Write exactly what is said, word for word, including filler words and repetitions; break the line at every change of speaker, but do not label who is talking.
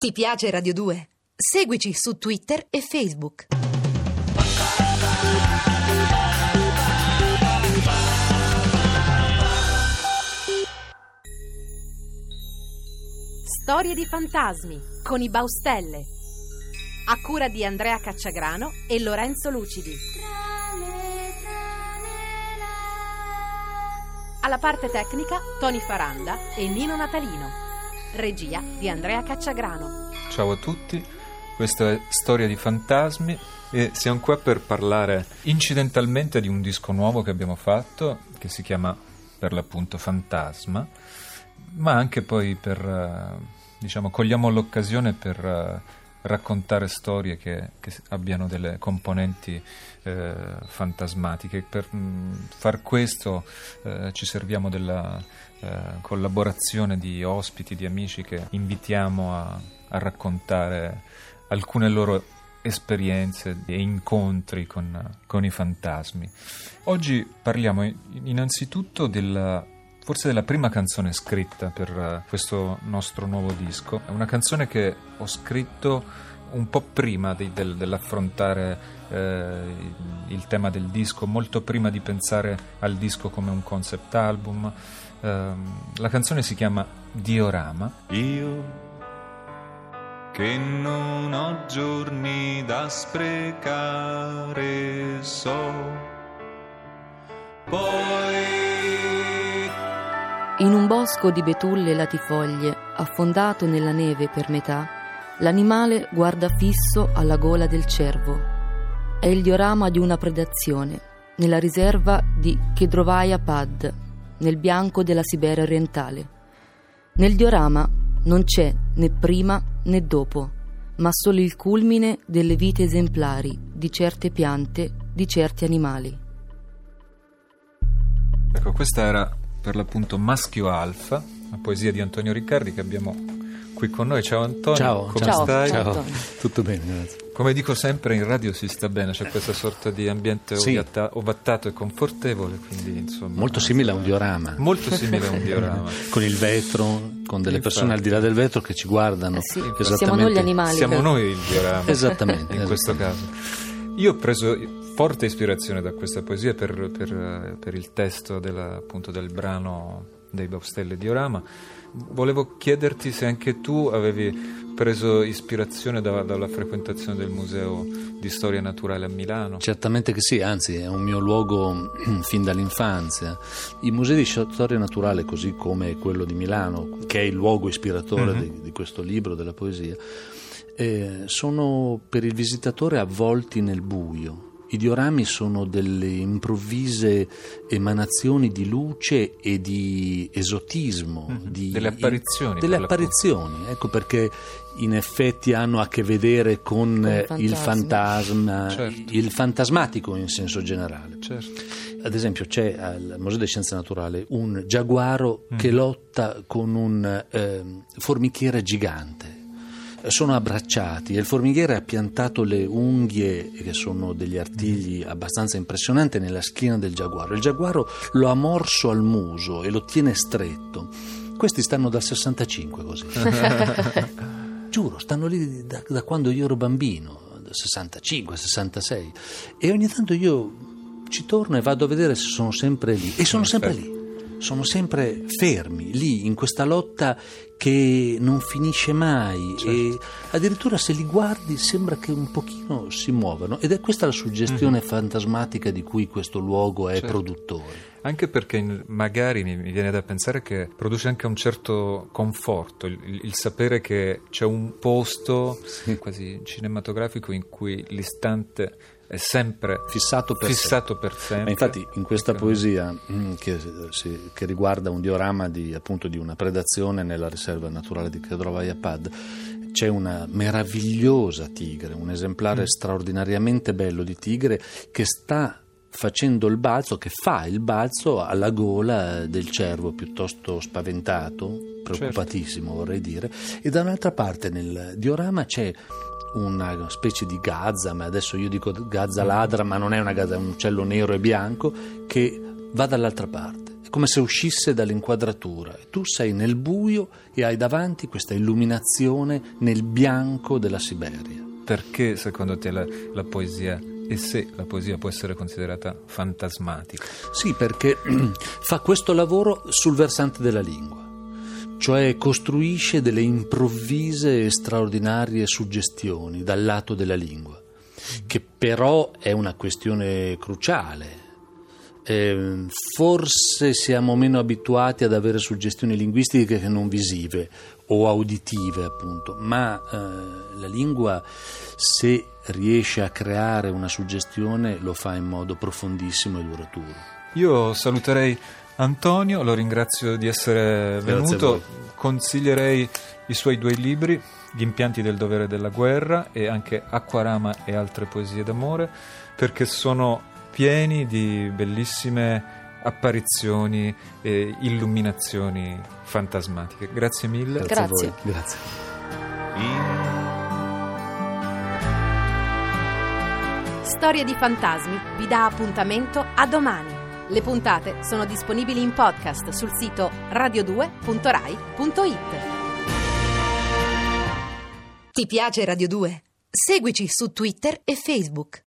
Ti piace Radio due? Seguici su Twitter e Facebook.
Storie di fantasmi con i Baustelle, a cura di Andrea Cacciagrano e Lorenzo Lucidi. Alla parte tecnica Tony Faranda e Nino Natalino. Regia di Andrea Cacciagrano.
Ciao a tutti, questa è Storia di fantasmi e siamo qua per parlare incidentalmente di un disco nuovo che abbiamo fatto, che si chiama per l'appunto Fantasma, ma anche poi per, diciamo, cogliamo l'occasione per raccontare storie che, che abbiano delle componenti eh, fantasmatiche. Per mh, far questo eh, ci serviamo della eh, collaborazione di ospiti, di amici che invitiamo a, a raccontare alcune loro esperienze e incontri con, con i fantasmi. Oggi parliamo innanzitutto della forse della prima canzone scritta per uh, questo nostro nuovo disco. È una canzone che ho scritto un po' prima di, del, dell'affrontare eh, il tema del disco, molto prima di pensare al disco come un concept album. Uh, la canzone si chiama Diorama.
Io che non ho giorni da sprecare, so poi
in un bosco di betulle latifoglie, affondato nella neve per metà, l'animale guarda fisso alla gola del cervo. È il diorama di una predazione, nella riserva di Kedrovaya Pad, nel bianco della Siberia orientale. Nel diorama non c'è né prima né dopo, ma solo il culmine delle vite esemplari di certe piante, di certi animali.
Ecco, questa era per l'appunto Maschio Alfa, la poesia di Antonio Riccardi che abbiamo qui con noi. Ciao Antonio,
ciao,
come
ciao,
stai?
Ciao, tutto bene, grazie.
Come dico sempre, in radio si sta bene, c'è questa sorta di ambiente
sì.
ovatta- ovattato e confortevole, quindi insomma
molto simile a un diorama.
Molto simile a un diorama.
Con il vetro, con delle
Infatti.
persone al di là del vetro che ci guardano.
Eh sì,
esattamente.
siamo noi gli animali.
Siamo noi il diorama.
Esattamente.
In questo caso. Io ho preso forte ispirazione da questa poesia per, per, per il testo della, appunto, del brano dei Baustelle Diorama. Volevo chiederti se anche tu avevi preso ispirazione da, dalla frequentazione del Museo di Storia Naturale a Milano.
Certamente che sì, anzi è un mio luogo fin dall'infanzia. I musei di storia naturale, così come quello di Milano, che è il luogo ispiratore mm-hmm. di, di questo libro, della poesia, eh, sono per il visitatore avvolti nel buio. I diorami sono delle improvvise emanazioni di luce e di esotismo, mm-hmm. di,
delle apparizioni.
Delle apparizioni, ecco perché in effetti hanno a che vedere con, con il fantasma, certo. il fantasmatico in senso generale.
Certo.
Ad esempio c'è al Museo di Scienza Naturale un giaguaro mm. che lotta con un eh, formichiere gigante. Sono abbracciati e il formichiere ha piantato le unghie, che sono degli artigli abbastanza impressionanti, nella schiena del giaguaro. Il giaguaro lo ha morso al muso e lo tiene stretto. Questi stanno dal sessantacinque così. Giuro, stanno lì da, da quando io ero bambino, dal sessantacinque sessantasei, e ogni tanto io ci torno e vado a vedere se sono sempre lì, e sono sempre lì. Sono sempre fermi, lì, in questa lotta che non finisce mai, certo. E addirittura se li guardi sembra che un pochino si muovano, ed è questa la suggestione mm-hmm. fantasmatica di cui questo luogo è certo. produttore.
Anche perché magari mi viene da pensare che produce anche un certo conforto, il, il sapere che c'è un posto sì. quasi cinematografico in cui l'istante è sempre
fissato per,
fissato
se.
per sempre.
Ma infatti in questa poesia mh, che, si, che riguarda un diorama di, appunto, di una predazione nella riserva naturale di Kedrovaya Pad, c'è una meravigliosa tigre, un esemplare mm. straordinariamente bello di tigre che sta facendo il balzo, che fa il balzo alla gola del cervo, piuttosto spaventato, preoccupatissimo, certo. vorrei dire, e da un'altra parte nel diorama c'è una specie di gazza, ma adesso io dico gazza ladra, ma non è una gazza, è un uccello nero e bianco che va dall'altra parte. come se uscisse dall'inquadratura. Tu sei nel buio e hai davanti questa illuminazione nel bianco della Siberia.
Perché secondo te la, la poesia, e se la poesia può essere considerata fantasmatica?
Sì, perché fa questo lavoro sul versante della lingua, cioè costruisce delle improvvise e straordinarie suggestioni dal lato della lingua, che però è una questione cruciale. Eh, forse siamo meno abituati ad avere suggestioni linguistiche che non visive o auditive, appunto, ma eh, la lingua, se riesce a creare una suggestione, lo fa in modo profondissimo e duraturo.
Io saluterei Antonio, lo ringrazio di essere venuto, consiglierei i suoi due libri, Gli impianti del dovere e della guerra e anche Acquarama e altre poesie d'amore, perché sono pieni di bellissime apparizioni e illuminazioni fantasmatiche. Grazie mille.
Grazie,
Grazie.
a voi. Grazie.
Storie di fantasmi vi dà appuntamento a domani. Le puntate sono disponibili in podcast sul sito radio due punto rai punto it.
Ti piace Radio due? Seguici su Twitter e Facebook.